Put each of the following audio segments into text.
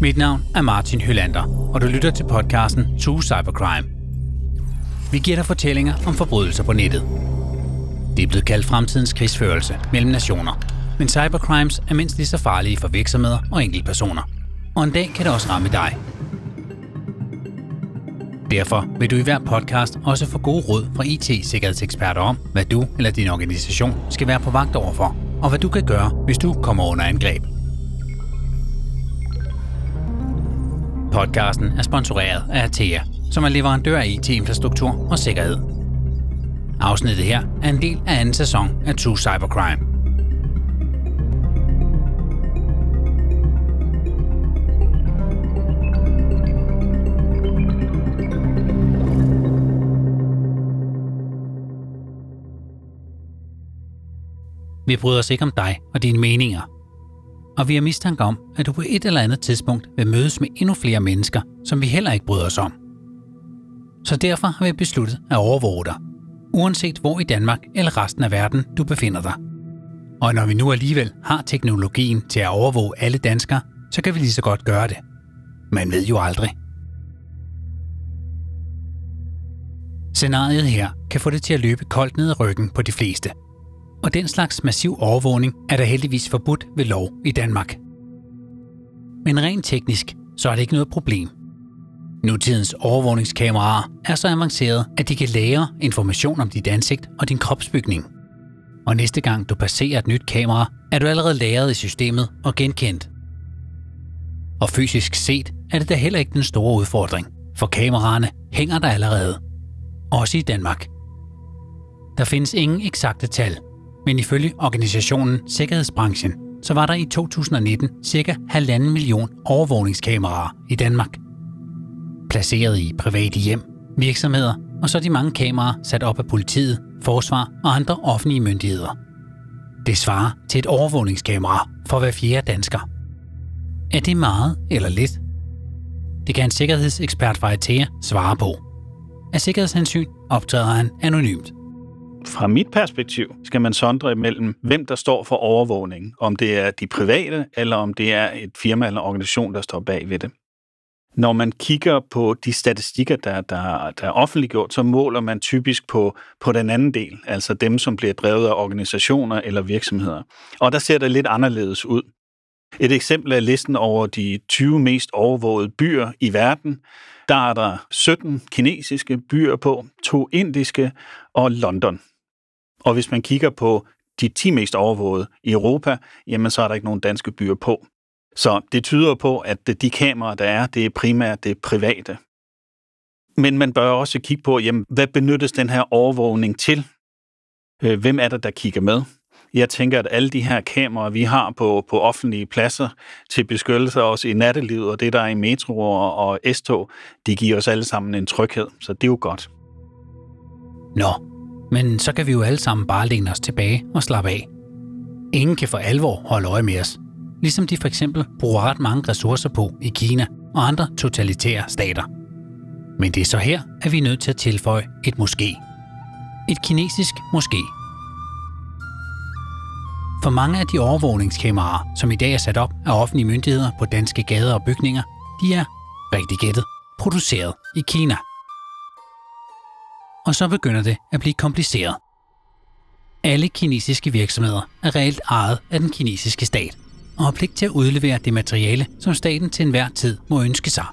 Mit navn er Martin Hylander, og du lytter til podcasten True Cybercrime. Vi giver dig fortællinger om forbrydelser på nettet. Det er blevet kaldt fremtidens krigsførelse mellem nationer, men cybercrimes er mindst lige så farlige for virksomheder og enkeltpersoner. Og en dag kan det også ramme dig. Derfor vil du i hver podcast også få gode råd fra IT-sikkerhedseksperter om, hvad du eller din organisation skal være på vagt overfor, og hvad du kan gøre, hvis du kommer under angreb. Podcasten er sponsoreret af Atea, som er leverandør af IT-infrastruktur og sikkerhed. Afsnittet her er en del af anden sæson af True Cybercrime. Vi bryder os ikke om dig og dine meninger, og vi har mistanke om, at du på et eller andet tidspunkt vil mødes med endnu flere mennesker, som vi heller ikke bryder os om. Så derfor har vi besluttet at overvåge dig, uanset hvor i Danmark eller resten af verden du befinder dig. Og når vi nu alligevel har teknologien til at overvåge alle danskere, så kan vi lige så godt gøre det. Man ved jo aldrig. Scenariet her kan få det til at løbe koldt ned ad ryggen på de fleste. Og den slags massiv overvågning er der heldigvis forbudt ved lov i Danmark. Men rent teknisk, så er det ikke noget problem. Nutidens overvågningskameraer er så avancerede, at de kan lagre information om dit ansigt og din kropsbygning. Og næste gang du passerer et nyt kamera, er du allerede lagret i systemet og genkendt. Og fysisk set er det da heller ikke den store udfordring, for kameraerne hænger der allerede. Også i Danmark. Der findes ingen eksakte tal, men ifølge organisationen Sikkerhedsbranchen, så var der i 2019 ca. 1,5 million overvågningskameraer i Danmark. Placeret i private hjem, virksomheder og så de mange kameraer sat op af politiet, forsvar og andre offentlige myndigheder. Det svarer til et overvågningskamera for hver fjerde dansker. Er det meget eller lidt? Det kan en sikkerhedsekspert fra Atea svare på. Af sikkerhedshensyn optræder han anonymt. Fra mit perspektiv skal man sondre imellem, hvem der står for overvågning. Om det er de private, eller om det er et firma eller organisation, der står bag ved det. Når man kigger på de statistikker, der er offentliggjort, så måler man typisk på den anden del, altså dem, som bliver drevet af organisationer eller virksomheder. Og der ser det lidt anderledes ud. Et eksempel er listen over de 20 mest overvågede byer i verden. Der er der 17 kinesiske byer på, 2 indiske og London. Og hvis man kigger på de 10 mest overvågede i Europa, jamen så er der ikke nogen danske byer på. Så det tyder på, at de kameraer, der er, det er primært det private. Men man bør også kigge på, jamen, hvad benyttes den her overvågning til? Hvem er det, der kigger med? Jeg tænker, at alle de her kameraer, vi har på offentlige pladser til beskyttelse også i nattelivet, og det, der er i metroer og S-tog, de giver os alle sammen en tryghed, så det er jo godt. Nå, men så kan vi jo alle sammen bare læne os tilbage og slappe af. Ingen kan for alvor holde øje med os, ligesom de for eksempel bruger ret mange ressourcer på i Kina og andre totalitære stater. Men det er så her, at vi er nødt til at tilføje et måske. Et kinesisk måske. For mange af de overvågningskameraer, som i dag er sat op af offentlige myndigheder på danske gader og bygninger, de er, rigtig gættet, produceret i Kina. Og så begynder det at blive kompliceret. Alle kinesiske virksomheder er reelt ejet af den kinesiske stat, og har pligt til at udlevere det materiale, som staten til enhver tid må ønske sig.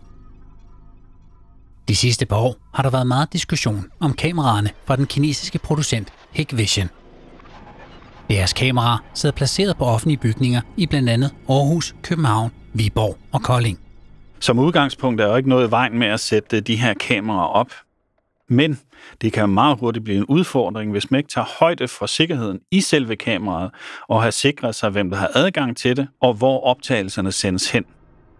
De sidste par år har der været meget diskussion om kameraerne fra den kinesiske producent Hikvision. Deres kameraer sidder placeret på offentlige bygninger i blandt andet Aarhus, København, Viborg og Kolding. Som udgangspunkt er der ikke noget i vejen med at sætte de her kameraer op. Men det kan meget hurtigt blive en udfordring, hvis man ikke tager højde for sikkerheden i selve kameraet og har sikret sig, hvem der har adgang til det og hvor optagelserne sendes hen.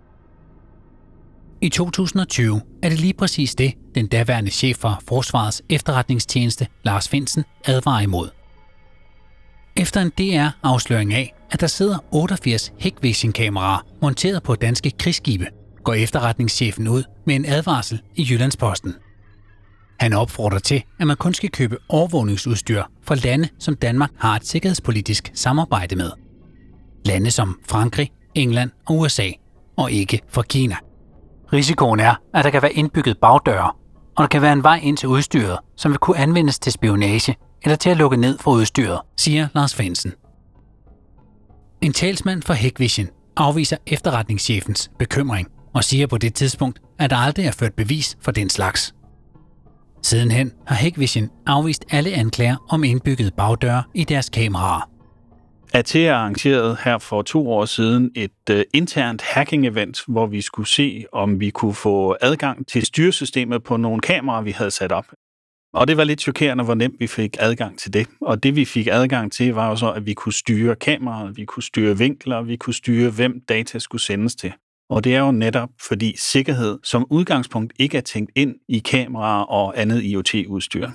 I 2020 er det lige præcis det, den daværende chef for Forsvarets efterretningstjeneste, Lars Findsen, advarer imod. Efter en DR-afsløring af, at der sidder 88 Hikvision-kameraer monteret på danske krigsskibe, går efterretningschefen ud med en advarsel i Jyllandsposten. Han opfordrer til, at man kun skal købe overvågningsudstyr fra lande, som Danmark har et sikkerhedspolitisk samarbejde med. Lande som Frankrig, England og USA, og ikke fra Kina. Risikoen er, at der kan være indbygget bagdøre, og der kan være en vej ind til udstyret, som vil kunne anvendes til spionage eller til at lukke ned for udstyret, siger Lars Findsen. En talsmand for Hikvision afviser efterretningschefens bekymring og siger på det tidspunkt, at der aldrig er ført bevis for den slags. Sidenhen har Hikvision afvist alle anklager om indbygget bagdøre i deres kameraer. Atea arrangerede her for 2 år siden et internt hacking-event, hvor vi skulle se, om vi kunne få adgang til styresystemet på nogle kameraer, vi havde sat op. Og det var lidt chokerende, hvor nemt vi fik adgang til det. Og det vi fik adgang til, var jo så, at vi kunne styre kameraet, vi kunne styre vinkler, vi kunne styre, hvem data skulle sendes til. Og det er jo netop, fordi sikkerhed som udgangspunkt ikke er tænkt ind i kameraer og andet IoT-udstyr.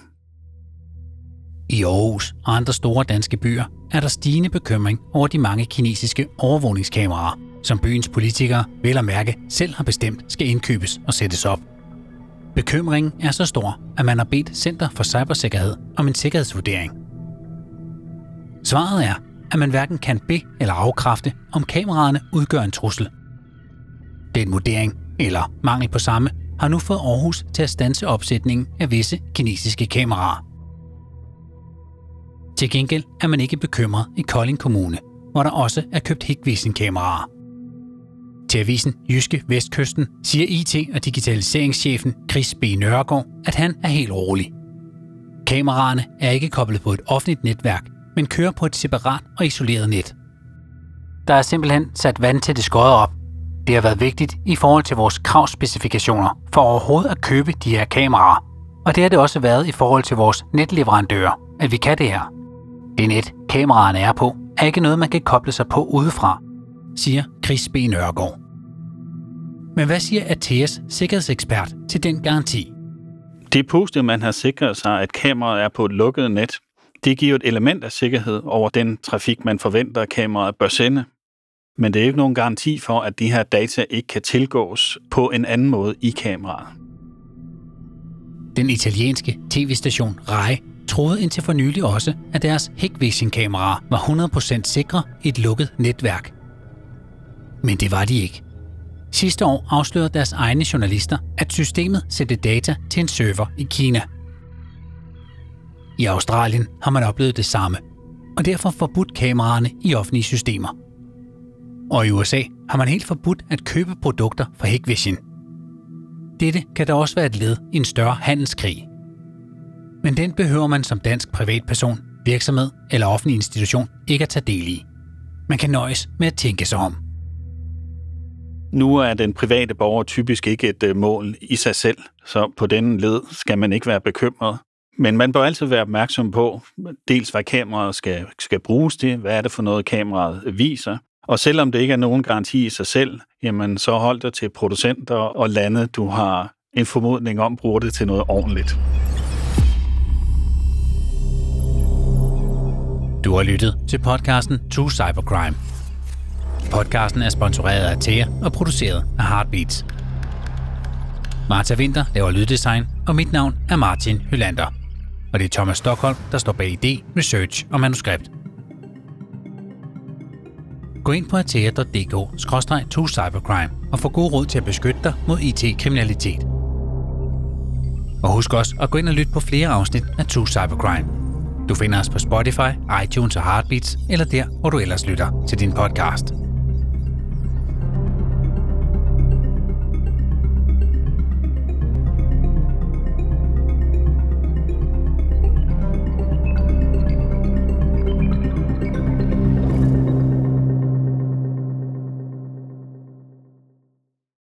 I Aarhus og andre store danske byer er der stigende bekymring over de mange kinesiske overvågningskameraer, som byens politikere vel at mærke selv har bestemt skal indkøbes og sættes op. Bekymringen er så stor, at man har bedt Center for Cybersikkerhed om en sikkerhedsvurdering. Svaret er, at man hverken kan be- eller afkræfte, om kameraerne udgør en trussel. Den vurdering, eller mangel på samme, har nu fået Aarhus til at standse opsætningen af visse kinesiske kameraer. Til gengæld er man ikke bekymret i Kolding Kommune, hvor der også er købt Hikvision-kameraer. Til avisen Jyske Vestkysten siger IT- og digitaliseringschefen Chris B. Nørgaard, at han er helt rolig. Kameraerne er ikke koblet på et offentligt netværk, men kører på et separat og isoleret net. Der er simpelthen sat vandtætte skodder op. Det har været vigtigt i forhold til vores kravspecifikationer for overhovedet at købe de her kameraer, og det har det også været i forhold til vores netleverandører, at vi kan det her. Det net, kameraerne er på, er ikke noget, man kan koble sig på udefra, siger Chris B. Nørgaard. Men hvad siger Ateas sikkerhedsekspert til den garanti? Det er positivt, at man har sikret sig, at kameraet er på et lukket net. Det giver et element af sikkerhed over den trafik, man forventer, at kameraet bør sende. Men det er ikke nogen garanti for, at de her data ikke kan tilgås på en anden måde i kameraet. Den italienske tv-station RAI troede indtil for nylig også, at deres Hikvision-kameraer var 100% sikre i et lukket netværk. Men det var de ikke. Sidste år afslørede deres egne journalister, at systemet sendte data til en server i Kina. I Australien har man oplevet det samme, og derfor forbudt kameraerne i offentlige systemer. Og i USA har man helt forbudt at købe produkter fra Hikvision. Dette kan da også være et led i en større handelskrig. Men den behøver man som dansk privatperson, virksomhed eller offentlig institution ikke at tage del i. Man kan nøjes med at tænke sig om. Nu er den private borger typisk ikke et mål i sig selv, så på denne led skal man ikke være bekymret. Men man bør altid være opmærksom på, dels hvad kameraet skal bruges til, hvad er det for noget kameraet viser. Og selvom det ikke er nogen garanti i sig selv, jamen så hold dig til producenter og lande, du har en formodning om, bruger det til noget ordentligt. Du har lyttet til podcasten True Cybercrime. Podcasten er sponsoreret af Atea og produceret af Heartbeats. Martha Winter laver lyddesign, og mit navn er Martin Hylander. Og det er Thomas Stockholm, der står bag idé, research og manuskript. Gå ind på atea.dk/truecybercrime og få gode råd til at beskytte dig mod IT-kriminalitet. Og husk også at gå ind og lytte på flere afsnit af True Cybercrime. Du finder os på Spotify, iTunes og Heartbeats, eller der, hvor du ellers lytter til din podcast.